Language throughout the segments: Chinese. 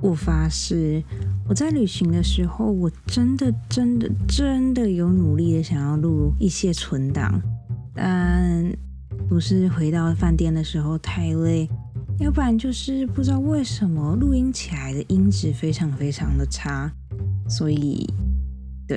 我发誓，我在旅行的时候，我真的有努力的想要录一些存档，但不是回到饭店的时候太累，要不然就是不知道为什么录音起来的音质非常的差，所以对，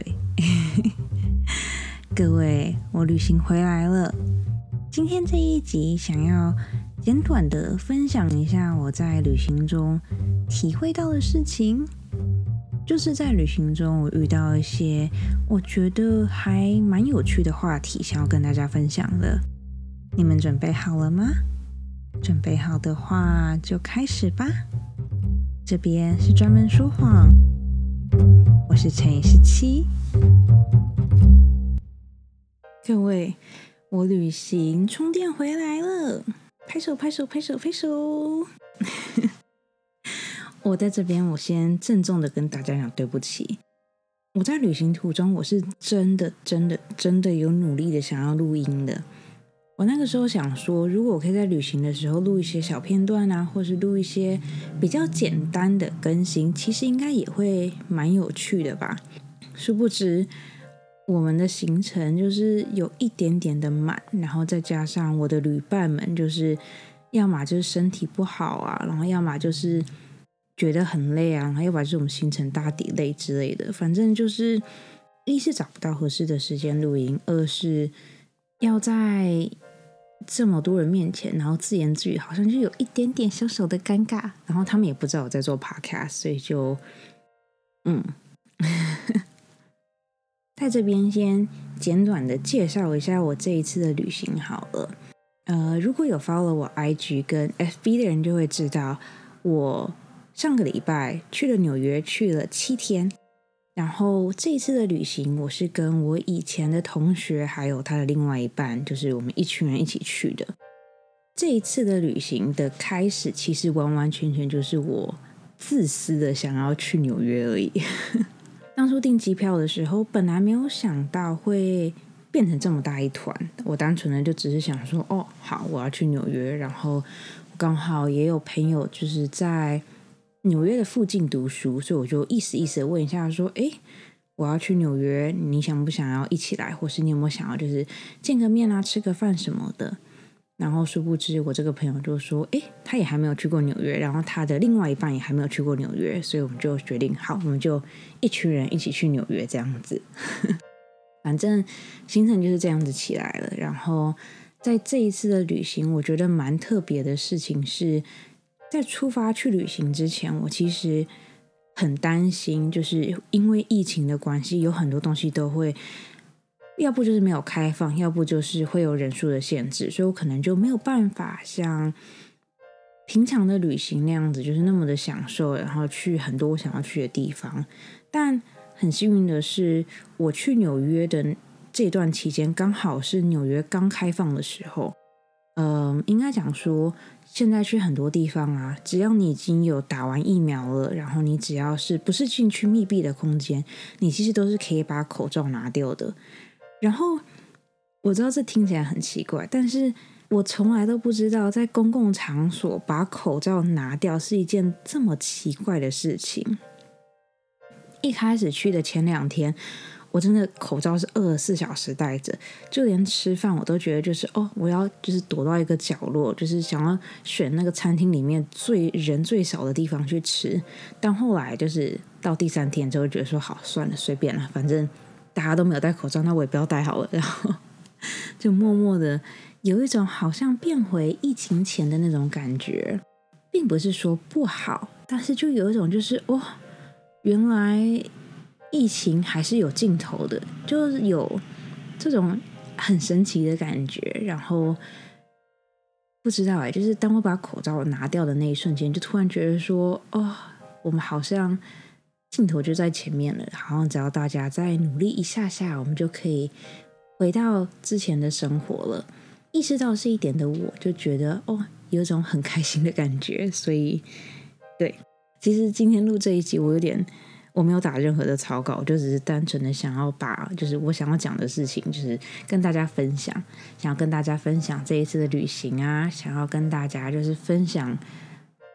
各位，我旅行回来了。今天这一集想要简短的分享一下我在旅行中体会到的事情，就是在旅行中我遇到一些我觉得还蛮有趣的话题，想要跟大家分享的。你们准备好了吗？准备好的话就开始吧。这边是专门说谎，我是陈以17。各位，我旅行充电回来了，拍手！我在这边，我先郑重的跟大家讲对不起。我在旅行途中，我是真的有努力的想要录音的。我那个时候想说，如果我可以在旅行的时候录一些小片段啊，或是录一些比较简单的更新，其实应该也会蛮有趣的吧。殊不知我们的行程就是有一点点的满，然后再加上我的旅伴们就是要么就是身体不好啊，然后要么就是觉得很累啊，然后要不然就是我们行程大delay之类的，反正就是一是找不到合适的时间录音，二是要在这么多人面前然后自言自语，好像就有一点点小小的尴尬，然后他们也不知道我在做 podcast， 所以就在这边先简短的介绍一下我这一次的旅行好了。如果有 follow 我 IG 跟 FB 的人就会知道，我上个礼拜去了纽约，去了7天。然后这一次的旅行，我是跟我以前的同学还有他的另外一半，就是我们一群人一起去的。这一次的旅行的开始，其实完全就是我自私的想要去纽约而已。当初订机票的时候，本来没有想到会变成这么大一团，我单纯的就只是想说，哦，好，我要去纽约，然后刚好也有朋友就是在纽约的附近读书，所以我就意思的问一下说，我要去纽约，你想不想要一起来，或是你有没有想要就是见个面啊，吃个饭什么的。然后殊不知我这个朋友就说，他也还没有去过纽约，然后他的另外一半也还没有去过纽约，所以我们就决定，好，我们就一群人一起去纽约这样子。反正行程就是这样子起来了。然后在这一次的旅行，我觉得蛮特别的事情是，在出发去旅行之前，我其实很担心，就是因为疫情的关系，有很多东西都会要不就是没有开放，要不就是会有人数的限制，所以我可能就没有办法像平常的旅行那样子，就是那么的享受，然后去很多我想要去的地方。但很幸运的是，我去纽约的这段期间，刚好是纽约刚开放的时候。应该讲说，现在去很多地方啊，只要你已经有打完疫苗了，然后你只要是不是进去密闭的空间，你其实都是可以把口罩拿掉的。然后我知道这听起来很奇怪，但是我从来都不知道在公共场所把口罩拿掉是一件这么奇怪的事情。一开始去的前2天，我真的口罩是24小时戴着，就连吃饭我都觉得就是我要就是躲到一个角落，就是想要选那个餐厅里面人最少的地方去吃。但后来就是到第3天之后觉得说，好，算了，随便了，反正大家都没有戴口罩，那我也不要戴好了。然后就默默的有一种好像变回疫情前的那种感觉，并不是说不好，但是就有一种就是原来疫情还是有尽头的，就是有这种很神奇的感觉。然后不知道就是当我把口罩拿掉的那一瞬间，就突然觉得说，我们好像尽头就在前面了，好像只要大家再努力一下下，我们就可以回到之前的生活了。意识到这一点的我就觉得有一种很开心的感觉。所以对，其实今天录这一集我没有打任何的草稿，就只是单纯的想要把就是我想要讲的事情就是跟大家分享，想要跟大家分享这一次的旅行啊，想要跟大家就是分享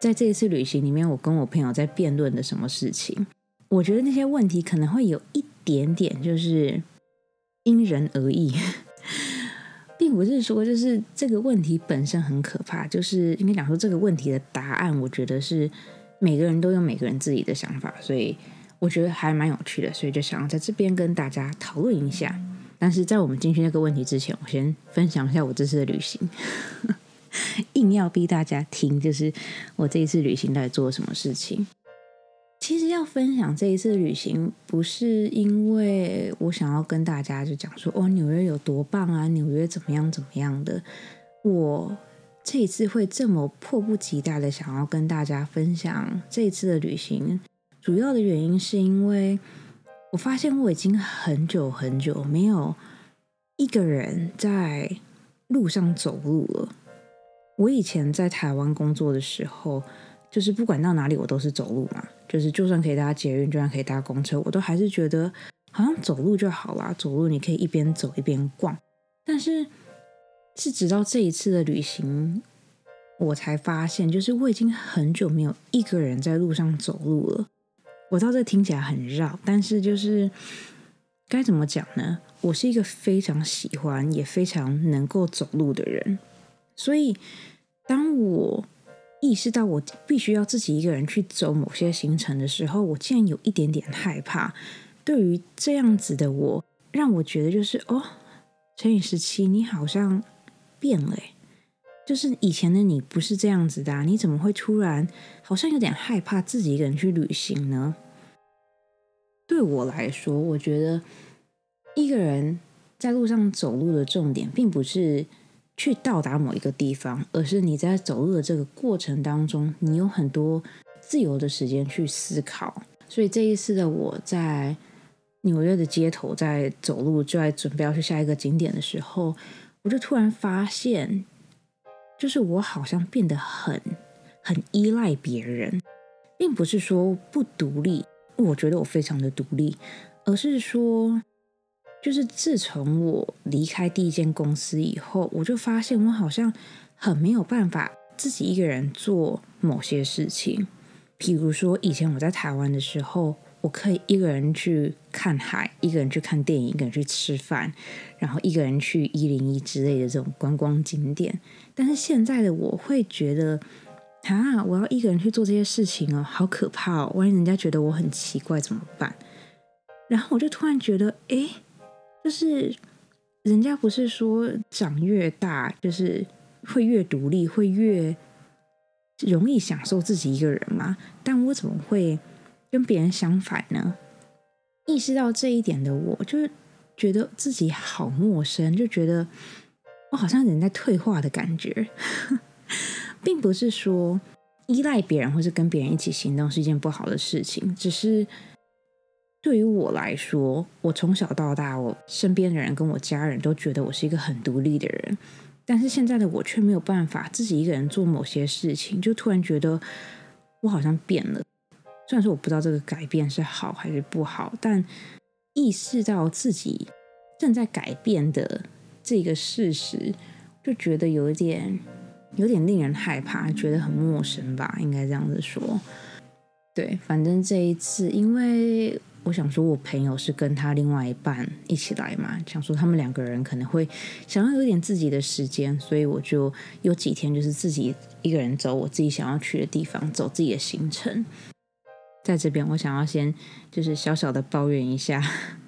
在这一次旅行里面，我跟我朋友在辩论的什么事情。我觉得那些问题可能会有一点点就是因人而异，并不是说就是这个问题本身很可怕，就是应该讲说这个问题的答案，我觉得是每个人都有每个人自己的想法，所以我觉得还蛮有趣的，所以就想要在这边跟大家讨论一下。但是在我们进去那个问题之前，我先分享一下我这次的旅行。硬要逼大家听，就是我这一次旅行到底做了什么事情。其实要分享这一次旅行，不是因为我想要跟大家就讲说纽约有多棒啊，纽约怎么样怎么样的。我这一次会这么迫不及待的想要跟大家分享这一次的旅行，主要的原因是因为我发现我已经很久很久没有一个人在路上走路了。我以前在台湾工作的时候，就是不管到哪里我都是走路嘛，就是就算可以搭捷运，就算可以搭公车，我都还是觉得好像走路就好啦，走路你可以一边走一边逛。但是直到这一次的旅行，我才发现就是我已经很久没有一个人在路上走路了。我知道这听起来很绕，但是就是该怎么讲呢？我是一个非常喜欢也非常能够走路的人，所以当我意识到我必须要自己一个人去走某些行程的时候，我竟然有一点点害怕。对于这样子的我，让我觉得就是陈以17你好像变了耶，就是以前的你不是这样子的啊，你怎么会突然好像有点害怕自己一个人去旅行呢？对我来说，我觉得一个人在路上走路的重点并不是去到达某一个地方，而是你在走路的这个过程当中，你有很多自由的时间去思考。所以这一次的我在纽约的街头在走路，就在准备要去下一个景点的时候，我就突然发现，就是我好像变得很依赖别人，并不是说不独立，我觉得我非常的独立，而是说就是自从我离开第一间公司以后，我就发现我好像很没有办法自己一个人做某些事情。譬如说以前我在台湾的时候，我可以一个人去看海，一个人去看电影，一个人去吃饭，然后一个人去101之类的这种观光景点。但是现在的我会觉得我要一个人去做这些事情哦，好可怕哦，万一人家觉得我很奇怪怎么办？然后我就突然觉得就是人家不是说长越大就是会越独立，会越容易享受自己一个人吗？但我怎么会跟别人相反呢？意识到这一点的我，就是觉得自己好陌生，就觉得我好像人在退化的感觉。并不是说依赖别人或是跟别人一起行动是一件不好的事情，只是对于我来说，我从小到大，我身边的人跟我家人都觉得我是一个很独立的人，但是现在的我却没有办法自己一个人做某些事情，就突然觉得我好像变了。虽然说我不知道这个改变是好还是不好，但意识到自己正在改变的这个事实，就觉得有点令人害怕，觉得很陌生吧，应该这样子说。对，反正这一次，因为我想说我朋友是跟他另外一半一起来嘛，想说他们2个人可能会想要有点自己的时间，所以我就有几天就是自己一个人走我自己想要去的地方，走自己的行程。在这边我想要先就是小小的抱怨一下，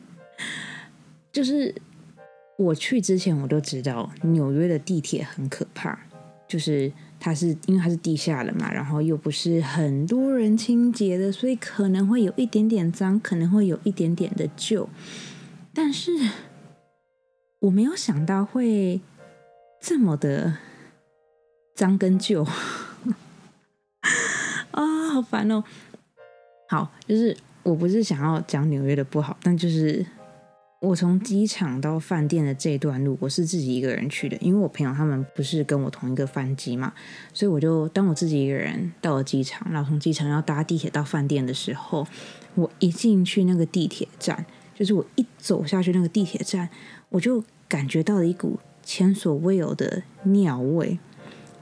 就是我去之前我都知道纽约的地铁很可怕，就是因为它是地下的嘛，然后又不是很多人清洁的，所以可能会有一点点脏，可能会有一点点的旧，但是我没有想到会这么的脏跟旧好烦哦。好，就是我不是想要讲纽约的不好，但就是我从机场到饭店的这一段路，我是自己一个人去的，因为我朋友他们不是跟我同一个班机嘛，所以当我自己一个人到了机场，然后从机场要搭地铁到饭店的时候，我一进去那个地铁站，就是我一走下去那个地铁站，我就感觉到了一股前所未有的尿味。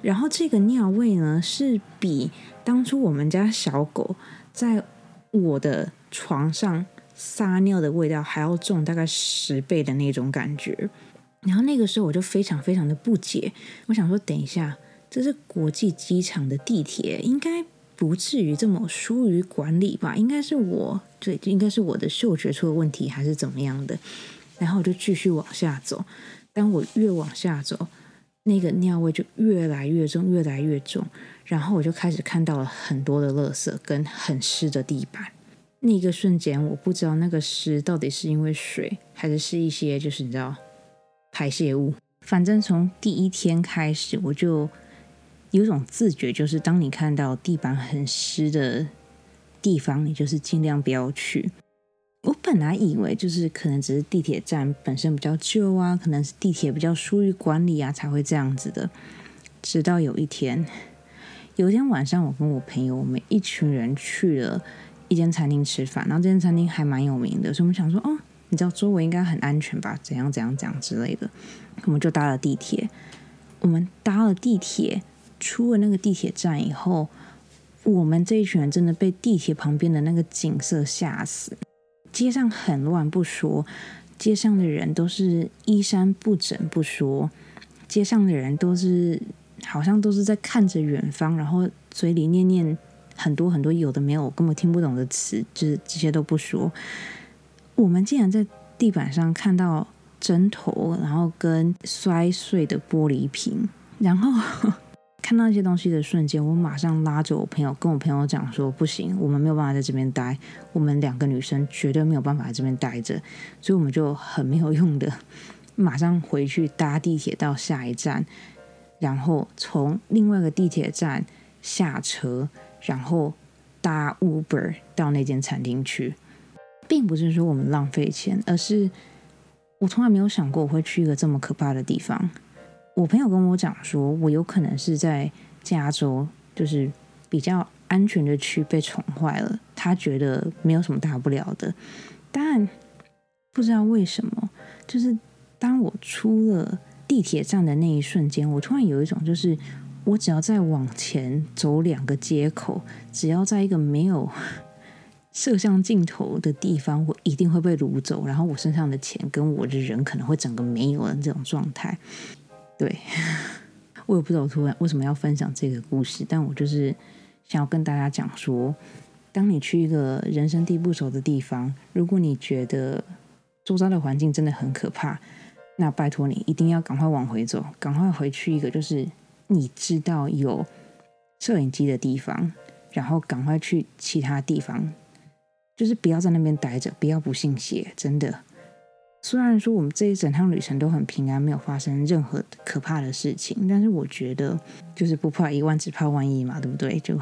然后这个尿味呢，是比当初我们家小狗在我的床上撒尿的味道还要重，大概10倍的那种感觉。然后那个时候我就非常非常的不解，我想说等一下，这是国际机场的地铁，应该不至于这么疏于管理吧？应该是我的嗅觉出了问题，还是怎么样的？然后我就继续往下走，当我越往下走，那个尿味就越来越重，越来越重，然后我就开始看到了很多的垃圾跟很湿的地板。那个瞬间，我不知道那个湿到底是因为水，还是一些就是你知道排泄物。反正从第一天开始，我就有一种自觉，就是当你看到地板很湿的地方，你就是尽量不要去。我本来以为就是可能只是地铁站本身比较旧啊，可能是地铁比较疏于管理啊才会这样子的。直到有一天晚上，我跟我朋友，我们一群人去了一间餐厅吃饭，然后这间餐厅还蛮有名的，所以我们想说，哦，你知道周围应该很安全吧？怎样之类的，我们就搭了地铁。我们搭了地铁，出了那个地铁站以后，我们这一群人真的被地铁旁边的那个景色吓死。街上很乱不说，街上的人都是衣衫不整不说，街上的人好像都是在看着远方，然后嘴里念很多很多有的没有我根本听不懂的词，就是这些都不说。我们竟然在地板上看到针头，然后跟摔碎的玻璃瓶，然后看到一些东西的瞬间，我马上拉着我朋友，跟我朋友讲说，不行，我们没有办法在这边待，我们2个女生绝对没有办法在这边待着，所以我们就很没有用的马上回去搭地铁到下一站，然后从另外一个地铁站下车，然后搭 Uber 到那间餐厅去。并不是说我们浪费钱，而是我从来没有想过我会去一个这么可怕的地方。我朋友跟我讲说，我有可能是在加州，就是比较安全的区被宠坏了，他觉得没有什么大不了的。但不知道为什么，就是当我出了地铁站的那一瞬间，我突然有一种就是我只要再往前走2个街口，只要在一个没有摄像镜头的地方，我一定会被掳走，然后我身上的钱跟我的人可能会整个没有的这种状态。对，我也不知道我突然为什么要分享这个故事，但我就是想要跟大家讲说，当你去一个人生地不熟的地方，如果你觉得周遭的环境真的很可怕，那拜托你一定要赶快往回走，赶快回去一个就是你知道有摄影机的地方，然后赶快去其他地方，就是不要在那边待着，不要不信邪，真的。虽然说我们这一整趟旅程都很平安，没有发生任何可怕的事情，但是我觉得就是不怕1万只怕万一嘛，对不对？就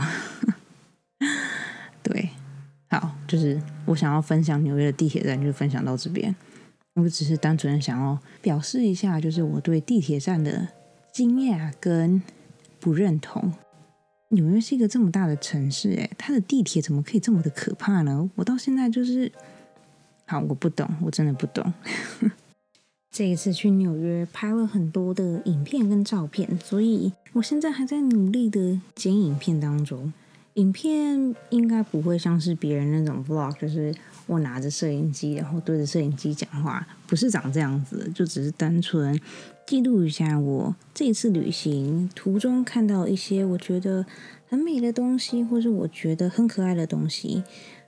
对，好，就是我想要分享纽约的地铁站，就分享到这边。我只是单纯的想要表示一下，就是我对地铁站的惊讶跟不认同。纽约是一个这么大的城市，它的地铁怎么可以这么的可怕呢？我到现在就是好，我不懂，我真的不懂。这一次去纽约拍了很多的影片跟照片，所以我现在还在努力的剪影片当中。影片应该不会像是别人那种 vlog， 就是我拿着摄影机然后对着摄影机讲话，不是长这样子，就只是单纯记录一下我这一次旅行途中看到一些我觉得很美的东西，或是我觉得很可爱的东西。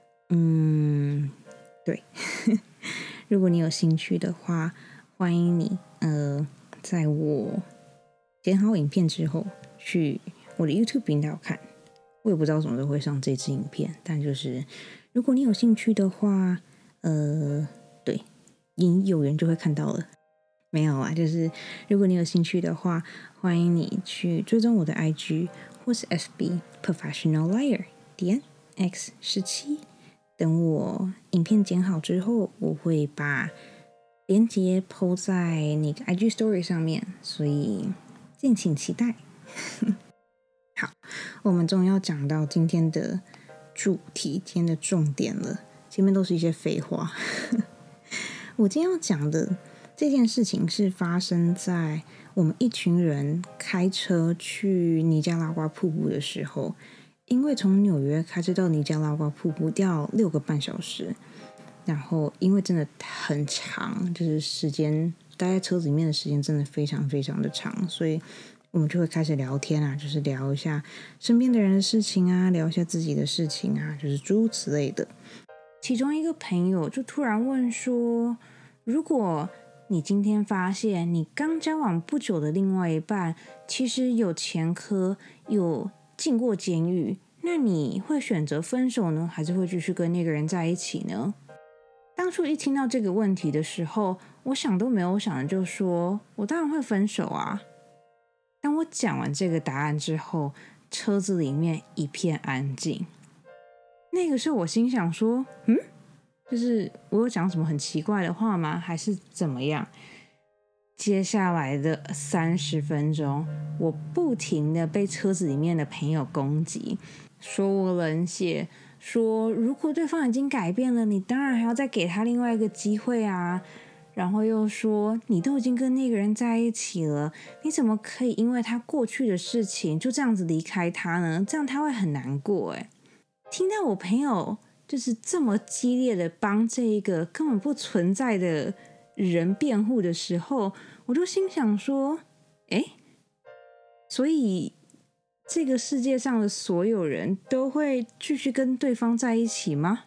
对。如果你有兴趣的话，欢迎你在我剪好影片之后去我的 YouTube 频道看。我也不知道什么时候会上这支影片，但就是如果你有兴趣的话，对，你有缘就会看到了。没有啊，就是如果你有兴趣的话，欢迎你去追踪我的 IG 或是 FB Professional Liar X17。等我影片剪好之后，我会把连结 po 在那个 IG Story 上面，所以敬请期待。好，我们终于要讲到今天的主题，今天的重点了。前面都是一些废话。我今天要讲的这件事情是发生在我们一群人开车去尼加拉瓜瀑布的时候，因为从纽约开车到尼加拉瓜瀑布要6个半小时，然后因为真的很长，就是时间待在车子里面的时间真的非常非常的长，所以我们就会开始聊天啊，就是聊一下身边的人的事情啊，聊一下自己的事情啊，就是诸如此类的。其中一个朋友就突然问说，如果你今天发现你刚交往不久的另外一半其实有前科，有进过监狱，那你会选择分手呢，还是会继续跟那个人在一起呢？当初一听到这个问题的时候，我想都没有想的就说，我当然会分手啊。当我讲完这个答案之后，车子里面一片安静。那个时候我心想说，就是我有讲什么很奇怪的话吗？还是怎么样？接下来的30分钟，我不停的被车子里面的朋友攻击，说我冷血，说如果对方已经改变了，你当然还要再给他另外一个机会啊。然后又说你都已经跟那个人在一起了，你怎么可以因为他过去的事情就这样子离开他呢？这样他会很难过耶。听到我朋友就是这么激烈的帮这一个根本不存在的人辩护的时候，我就心想说，所以这个世界上的所有人都会继续跟对方在一起吗？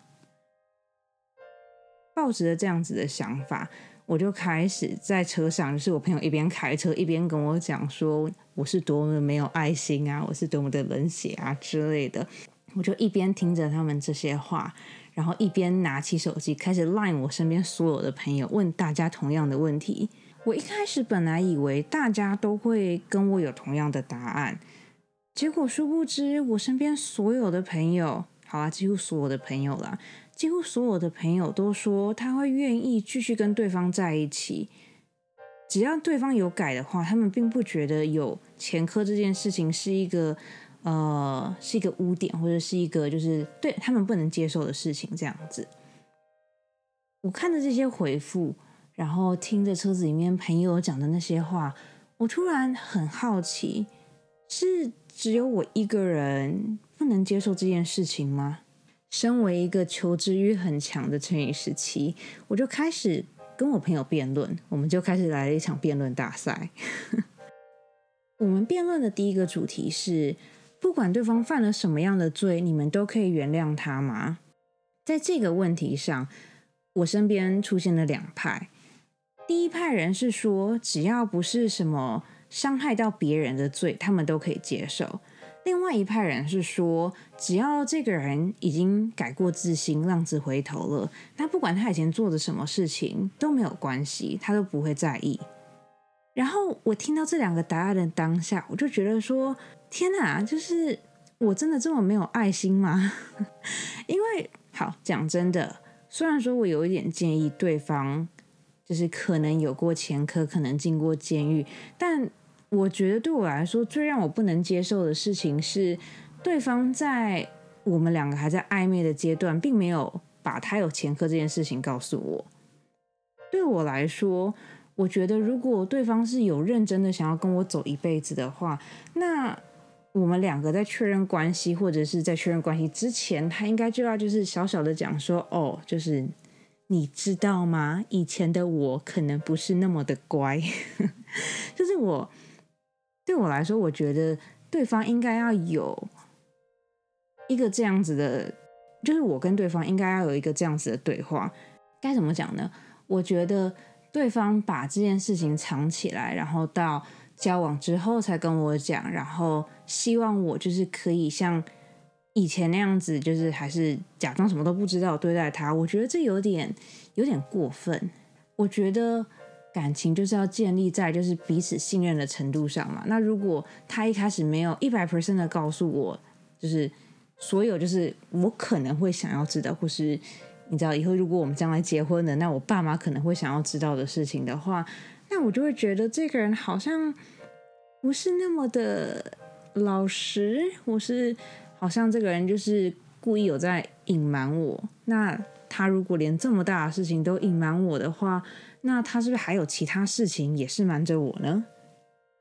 抱着这样子的想法，我就开始在车上，就是我朋友一边开车一边跟我讲说我是多么没有爱心啊，我是多么的冷血啊之类的。我就一边听着他们这些话，然后一边拿起手机开始 line 我身边所有的朋友，问大家同样的问题。我一开始本来以为大家都会跟我有同样的答案，结果殊不知我身边所有的朋友，好啦，几乎所有的朋友啦，几乎所有的朋友都说他会愿意继续跟对方在一起，只要对方有改的话，他们并不觉得有前科这件事情是一个污点，或者是一个就是对他们不能接受的事情这样子。我看着这些回复，然后听着车子里面朋友讲的那些话，我突然很好奇，是只有我一个人不能接受这件事情吗？身为一个求知欲很强的成语17，我就开始跟我朋友辩论，我们就开始来了一场辩论大赛。我们辩论的第一个主题是，不管对方犯了什么样的罪，你们都可以原谅他吗？在这个问题上，我身边出现了2派。第一派人是说，只要不是什么伤害到别人的罪，他们都可以接受。另外一派人是说，只要这个人已经改过自新，浪子回头了，那不管他以前做的什么事情都没有关系，他都不会在意。然后我听到这2个答案的当下，我就觉得说，天哪，就是我真的这么没有爱心吗？因为好讲真的，虽然说我有一点建议对方就是可能有过前科，可能进过监狱，但我觉得对我来说最让我不能接受的事情是，对方在我们2个还在暧昧的阶段，并没有把他有前科这件事情告诉我。对我来说，我觉得如果对方是有认真的想要跟我走一辈子的话，那我们2个在确认关系，或者是在确认关系之前，他应该就要就是小小的讲说，就是你知道吗？以前的我可能不是那么的乖。就是对我来说，我觉得对方应该要有一个这样子的，就是我跟对方应该要有一个这样子的对话。该怎么讲呢？我觉得对方把这件事情藏起来，然后到交往之后才跟我讲，然后希望我就是可以像以前那样子，就是还是假装什么都不知道对待他。我觉得这有点过分。我觉得感情就是要建立在就是彼此信任的程度上嘛。那如果他一开始没有100% 的告诉我，就是所有就是我可能会想要知道，或是你知道以后如果我们将来结婚了，那我爸妈可能会想要知道的事情的话，那我就会觉得这个人好像不是那么的老实，或是好像这个人就是故意有在隐瞒我。那他如果连这么大的事情都隐瞒我的话，那他是不是还有其他事情也是瞒着我呢？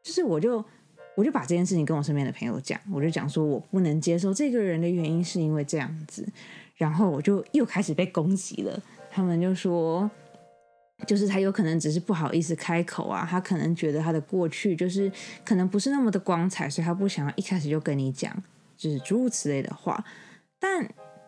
就是我就把这件事情跟我身边的朋友讲，我就讲说我不能接受这个人的原因是因为这样子，然后我就又开始被攻击了。他们就说，就是他有可能只是不好意思开口啊，他可能觉得他的过去就是可能不是那么的光彩，所以他不想要一开始就跟你讲，就是诸如此类的话。但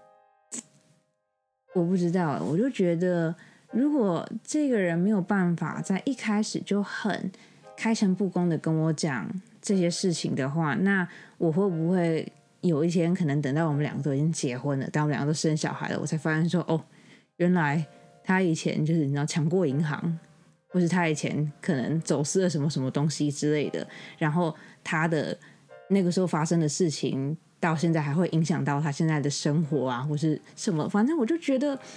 我不知道，我就觉得如果这个人没有办法在一开始就很开诚布公的跟我讲这些事情的话，那我会不会有一天可能等到我们两个都已经结婚了，当我们两个都生小孩了，我才发现说，哦，原来他以前就是你知道抢过银行，或是他以前可能走私了什么什么东西之类的，然后他的那个时候发生的事情到现在还会影响到他现在的生活啊，或是什么，反正我就觉得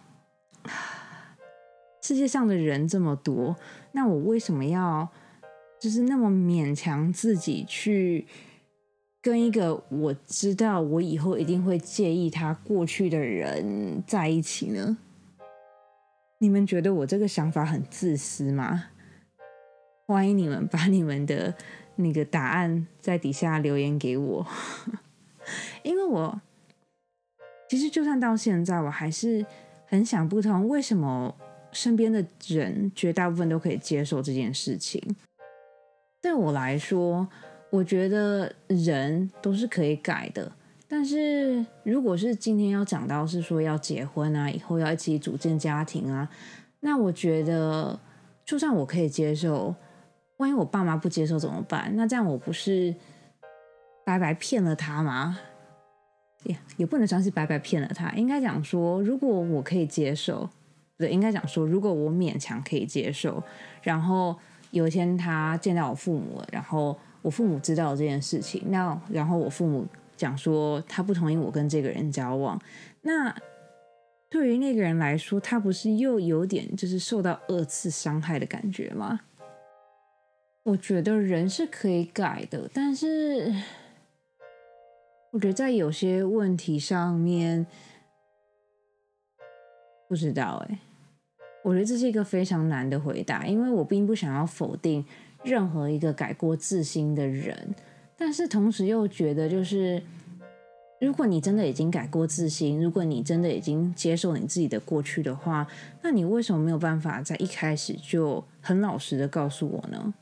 世界上的人这么多，那我为什么要就是那么勉强自己去跟一个我知道我以后一定会介意他过去的人在一起呢？你们觉得我这个想法很自私吗？欢迎你们把你们的那个答案在底下留言给我因为我其实就算到现在，我还是很想不通为什么身边的人绝大部分都可以接受这件事情。对我来说，我觉得人都是可以改的，但是如果是今天要讲到是说要结婚啊，以后要一起组建家庭啊，那我觉得就算我可以接受，万一我爸妈不接受怎么办？那这样我不是白白骗了他吗？也不能算是白白骗了他，应该讲说，如果我可以接受，对，应该讲说，如果我勉强可以接受，然后有一天他见到我父母了，然后我父母知道这件事情，那然后我父母讲说他不同意我跟这个人交往，那对于那个人来说，他不是又有点就是受到二次伤害的感觉吗？我觉得人是可以改的，但是我觉得在有些问题上面，不知道我觉得这是一个非常难的回答，因为我并不想要否定任何一个改过自新的人，但是同时又觉得就是如果你真的已经改过自新，如果你真的已经接受你自己的过去的话，那你为什么没有办法在一开始就很老实的告诉我呢？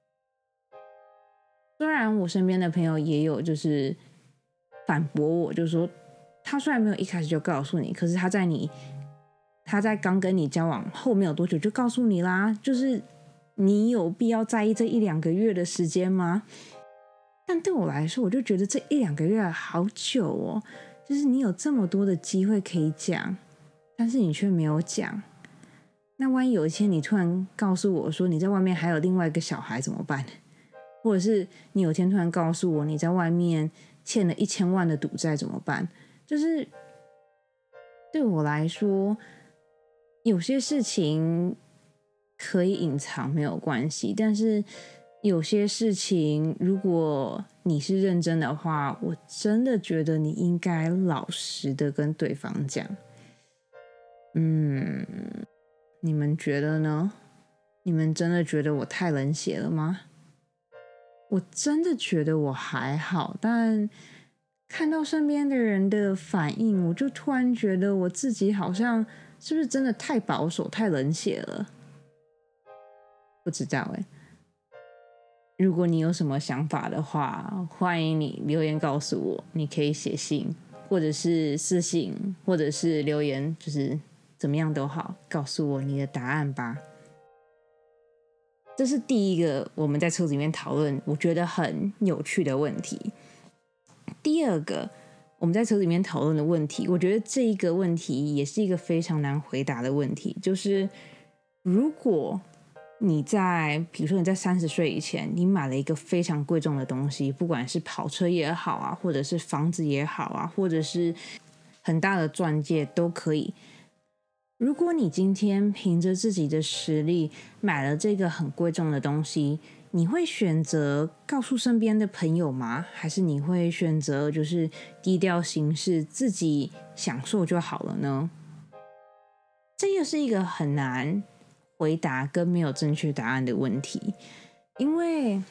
虽然我身边的朋友也有就是反驳我，就是说他虽然没有一开始就告诉你，可是他在刚跟你交往后没有多久就告诉你啦，就是你有必要在意这1-2个月的时间吗？但对我来说，我就觉得这1-2个月好久哦，就是你有这么多的机会可以讲，但是你却没有讲。那万一有一天你突然告诉我说你在外面还有另外一个小孩怎么办？或者是你有一天突然告诉我你在外面欠了1000万的赌债怎么办？就是对我来说，有些事情可以隐藏没有关系，但是有些事情如果你是认真的话，我真的觉得你应该老实的跟对方讲。你们觉得呢？你们真的觉得我太冷血了吗？我真的觉得我还好，但看到身边的人的反应，我就突然觉得我自己好像是不是真的太保守、太冷血了？不知道如果你有什么想法的话，欢迎你留言告诉我。你可以写信，或者是私信，或者是留言，就是怎么样都好，告诉我你的答案吧。这是第一个我们在车子里面讨论我觉得很有趣的问题。第二个我们在车子里面讨论的问题，我觉得这一个问题也是一个非常难回答的问题，就是如果你在比如说你在30岁以前你买了一个非常贵重的东西，不管是跑车也好啊，或者是房子也好啊，或者是很大的钻戒都可以，如果你今天凭着自己的实力买了这个很贵重的东西，你会选择告诉身边的朋友吗？还是你会选择就是低调行事，自己享受就好了呢？这又是一个很难回答跟没有正确答案的问题，因为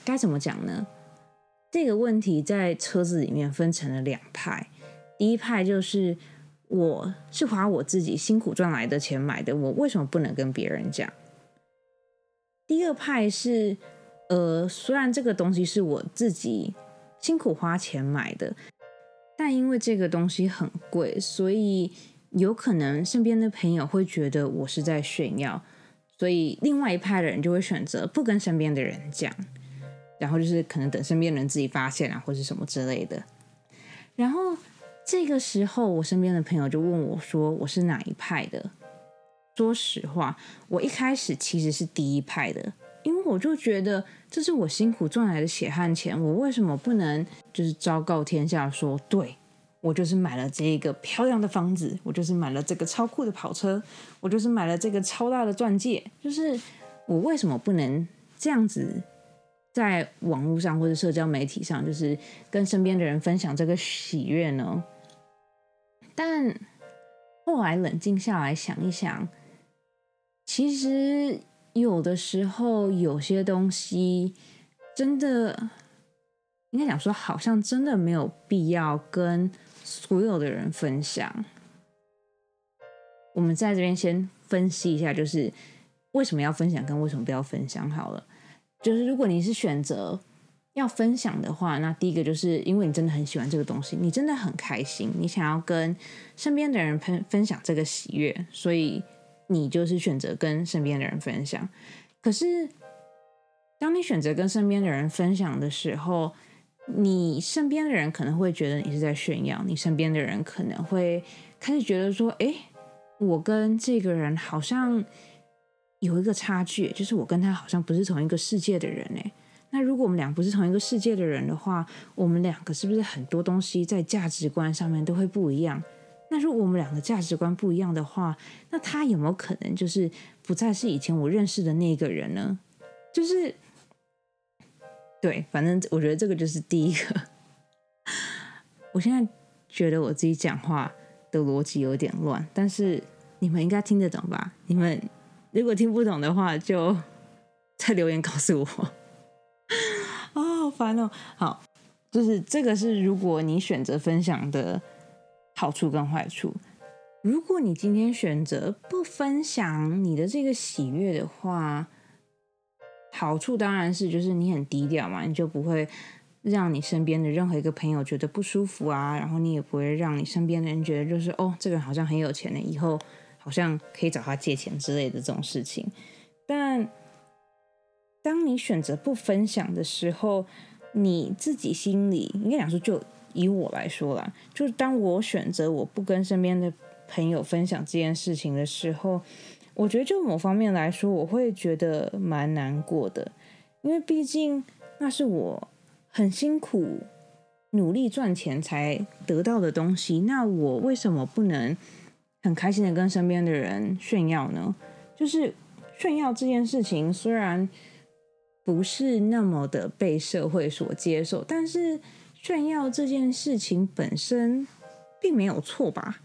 该怎么讲呢？这个问题在车子里面分成了2派。第一派就是我是花我自己辛苦赚来的钱买的，我为什么不能跟别人讲？第二派是虽然这个东西是我自己辛苦花钱买的，但因为这个东西很贵，所以有可能身边的朋友会觉得我是在炫耀，所以另外一派的人就会选择不跟身边的人讲，然后就是可能等身边人自己发现啊，或是什么之类的。然后这个时候我身边的朋友就问我说我是哪一派的。说实话，我一开始其实是第一派的，因为我就觉得这是我辛苦赚来的血汗钱，我为什么不能就是昭告天下说，对，我就是买了这个漂亮的房子，我就是买了这个超酷的跑车，我就是买了这个超大的钻戒，就是我为什么不能这样子在网络上或者社交媒体上，就是跟身边的人分享这个喜悦呢？但后来冷静下来想一想，其实有的时候有些东西真的应该讲说好像真的没有必要跟所有的人分享。我们在这边先分析一下，就是为什么要分享跟为什么不要分享好了。就是如果你是选择要分享的话，那第一个就是因为你真的很喜欢这个东西，你真的很开心，你想要跟身边的人分享这个喜悦，所以你就是选择跟身边的人分享。可是当你选择跟身边的人分享的时候，你身边的人可能会觉得你是在炫耀，你身边的人可能会开始觉得说，我跟这个人好像有一个差距，就是我跟他好像不是同一个世界的人耶。那如果我们俩不是同一个世界的人的话，我们两个是不是很多东西在价值观上面都会不一样？那如果我们两个价值观不一样的话，那他有没有可能就是不再是以前我认识的那个人呢？就是对，反正我觉得这个就是第一个。我现在觉得我自己讲话的逻辑有点乱，但是你们应该听得懂吧？你们如果听不懂的话，就在留言告诉我。好烦哦。好，就是这个是如果你选择分享的好处跟坏处。如果你今天选择不分享你的这个喜悦的话，好处当然是就是你很低调嘛，你就不会让你身边的任何一个朋友觉得不舒服啊，然后你也不会让你身边的人觉得就是这个人好像很有钱的，以后好像可以找他借钱之类的这种事情。但当你选择不分享的时候，你自己心里应该讲说，就以我来说啦，就是当我选择我不跟身边的朋友分享这件事情的时候，我觉得就某方面来说，我会觉得蛮难过的，因为毕竟那是我很辛苦努力赚钱才得到的东西，那我为什么不能很开心的跟身边的人炫耀呢？就是炫耀这件事情虽然不是那么的被社会所接受，但是炫耀这件事情本身并没有错吧？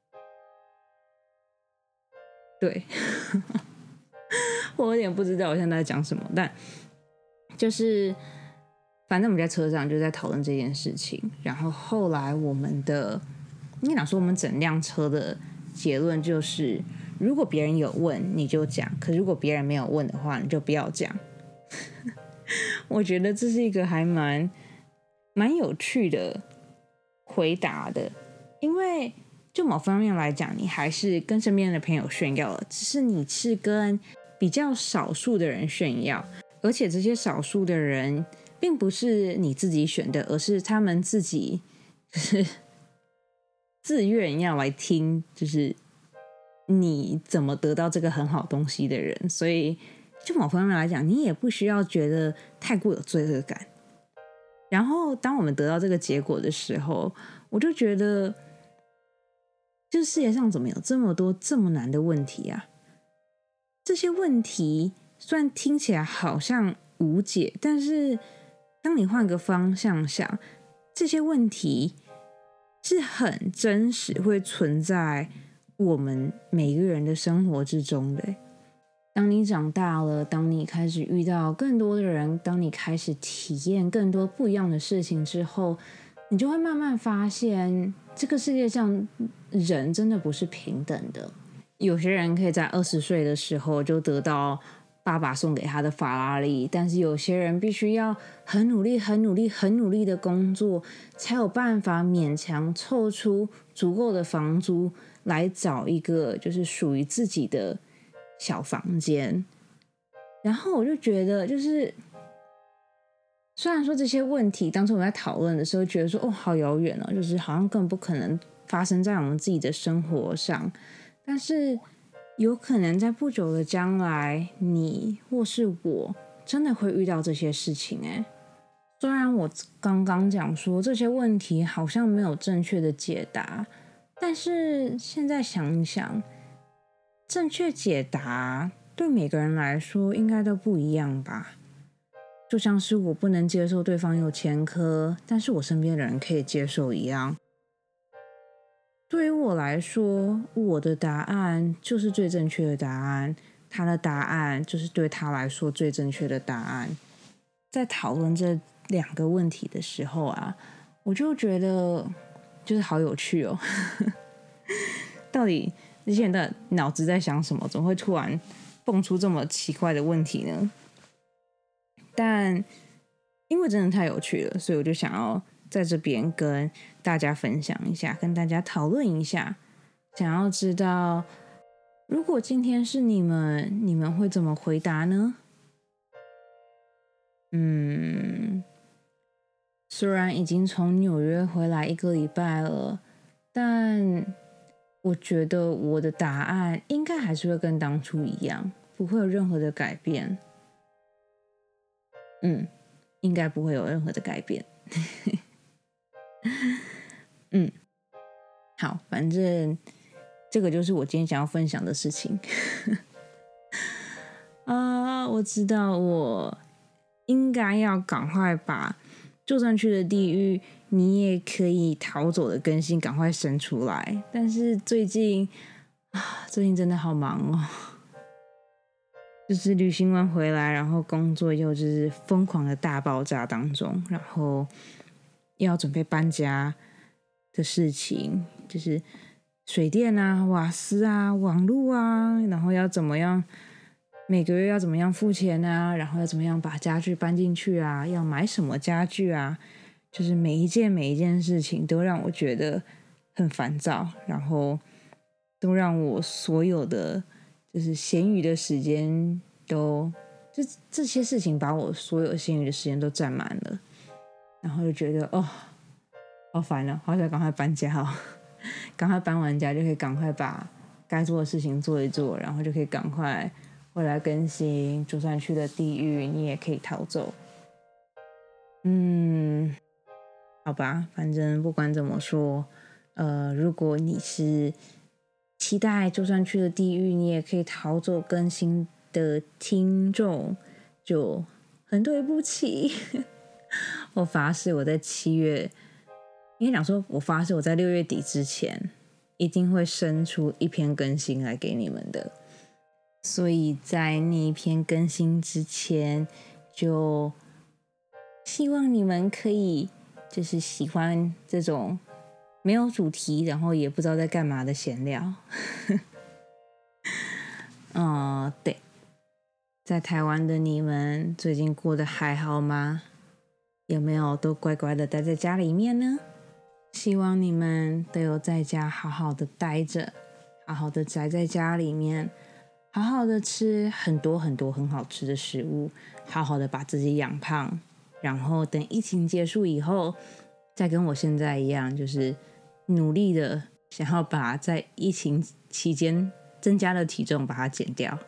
对。我有点不知道我现在在讲什么，但就是反正我们在车上就在讨论这件事情，然后后来我们的应该讲说我们整辆车的结论就是，如果别人有问你就讲，可如果别人没有问的话你就不要讲。我觉得这是一个还蛮有趣的回答的，因为就某方面来讲，你还是跟身边的朋友炫耀了，只是你是跟比较少数的人炫耀，而且这些少数的人并不是你自己选的，而是他们自己就是自愿要来听，就是你怎么得到这个很好东西的人，所以就某方面来讲，你也不需要觉得太过有罪恶感。然后当我们得到这个结果的时候，我就觉得这世界上怎么有这么多这么难的问题啊？这些问题虽然听起来好像无解，但是当你换个方向想，这些问题是很真实，会存在我们每个人的生活之中的。 当你长大了，当你开始遇到更多的人，当你开始体验更多不一样的事情之后，你就会慢慢发现，这个世界上人真的不是平等的。有些人可以在20岁的时候就得到爸爸送给他的法拉利，但是有些人必须要很努力、很努力、很努力的工作，才有办法勉强凑出足够的房租来找一个就是属于自己的小房间。然后我就觉得，就是虽然说这些问题当初我们在讨论的时候觉得说哦好遥远哦，就是好像更不可能发生在我们自己的生活上，但是有可能在不久的将来，你或是我真的会遇到这些事情欸。虽然我刚刚讲说这些问题好像没有正确的解答，但是现在想一想，正确解答对每个人来说应该都不一样吧。就像是我不能接受对方有前科，但是我身边的人可以接受一样。对于我来说，我的答案就是最正确的答案，他的答案就是对他来说最正确的答案。在讨论这2个问题的时候啊，我就觉得就是好有趣哦。到底这些人的脑子在想什么？怎么会突然蹦出这么奇怪的问题呢？但因为真的太有趣了，所以我就想要在这边跟大家分享一下，跟大家讨论一下，想要知道如果今天是你们会怎么回答呢？虽然已经从纽约回来1个礼拜了，但我觉得我的答案应该还是会跟当初一样，不会有任何的改变。应该不会有任何的改变。好，反正这个就是我今天想要分享的事情。我知道我应该要赶快把就算去了地狱你也可以逃走的更新赶快生出来，但是最近真的好忙哦。就是旅行完回来，然后工作又就是疯狂的大爆炸当中，然后又要准备搬家的事情，就是水电啊、瓦斯啊、网路啊，然后要怎么样每个月要怎么样付钱啊，然后要怎么样把家具搬进去啊，要买什么家具啊，就是每一件事情都让我觉得很烦躁，然后都让我所有的就是闲余的时间都就这些事情把我所有闲余的时间都占满了，然后就觉得好烦了，好想赶快搬家哦，赶快搬完家就可以赶快把该做的事情做一做，然后就可以赶快回来更新，就算去了地狱你也可以逃走。好吧，反正不管怎么说，如果你是期待就算去了地狱你也可以逃走更新的听众，就很对不起。我发誓我在7月，应该讲说我发誓我在6月底之前一定会生出一篇更新来给你们的，所以在那一篇更新之前，就希望你们可以就是喜欢这种没有主题，然后也不知道在干嘛的闲聊。对，在台湾的你们最近过得还好吗？有没有都乖乖的待在家里面呢？希望你们都有在家好好的待着，好好的宅在家里面，好好的吃很多很多很好吃的食物，好好的把自己养胖，然后等疫情结束以后，再跟我现在一样，就是努力的想要把在疫情期间增加的体重把它减掉。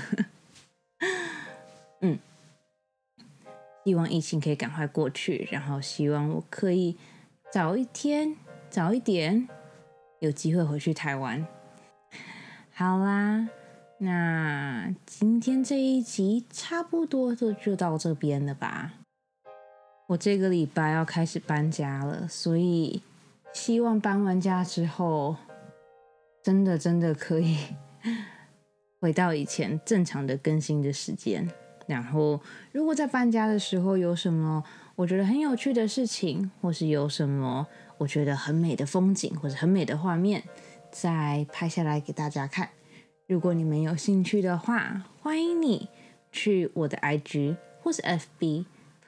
希望疫情可以赶快过去，然后希望我可以早一点有机会回去台湾。好啦，那今天这一集差不多就到这边了吧。我这个礼拜要开始搬家了，所以希望搬完家之后真的可以回到以前正常的更新的时间。然后如果在搬家的时候有什么我觉得很有趣的事情，或是有什么我觉得很美的风景或者很美的画面，再拍下来给大家看。如果你们有兴趣的话，欢迎你去我的 IG 或是 FB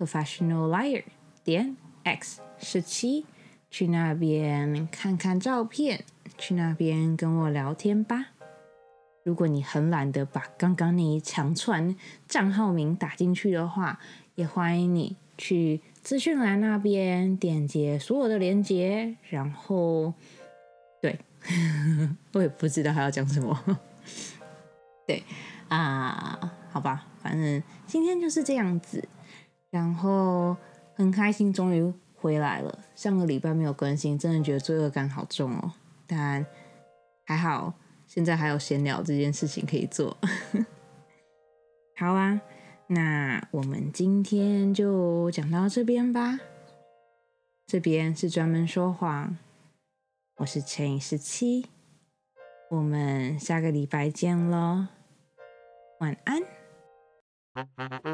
professionalliar.x17 去那边看看照片，去那边跟我聊天吧。如果你很懒得把刚刚那一长串账号名打进去的话，也欢迎你去资讯栏那边点击所有的连结，然后对我也不知道还要讲什么对好吧，反正今天就是这样子。然后很开心终于回来了，上个礼拜没有更新，真的觉得罪恶感好重哦，但还好现在还有闲聊这件事情可以做好啊，那我们今天就讲到这边吧。这边是专门说谎，我是陈17，我们下个礼拜见咯，晚安。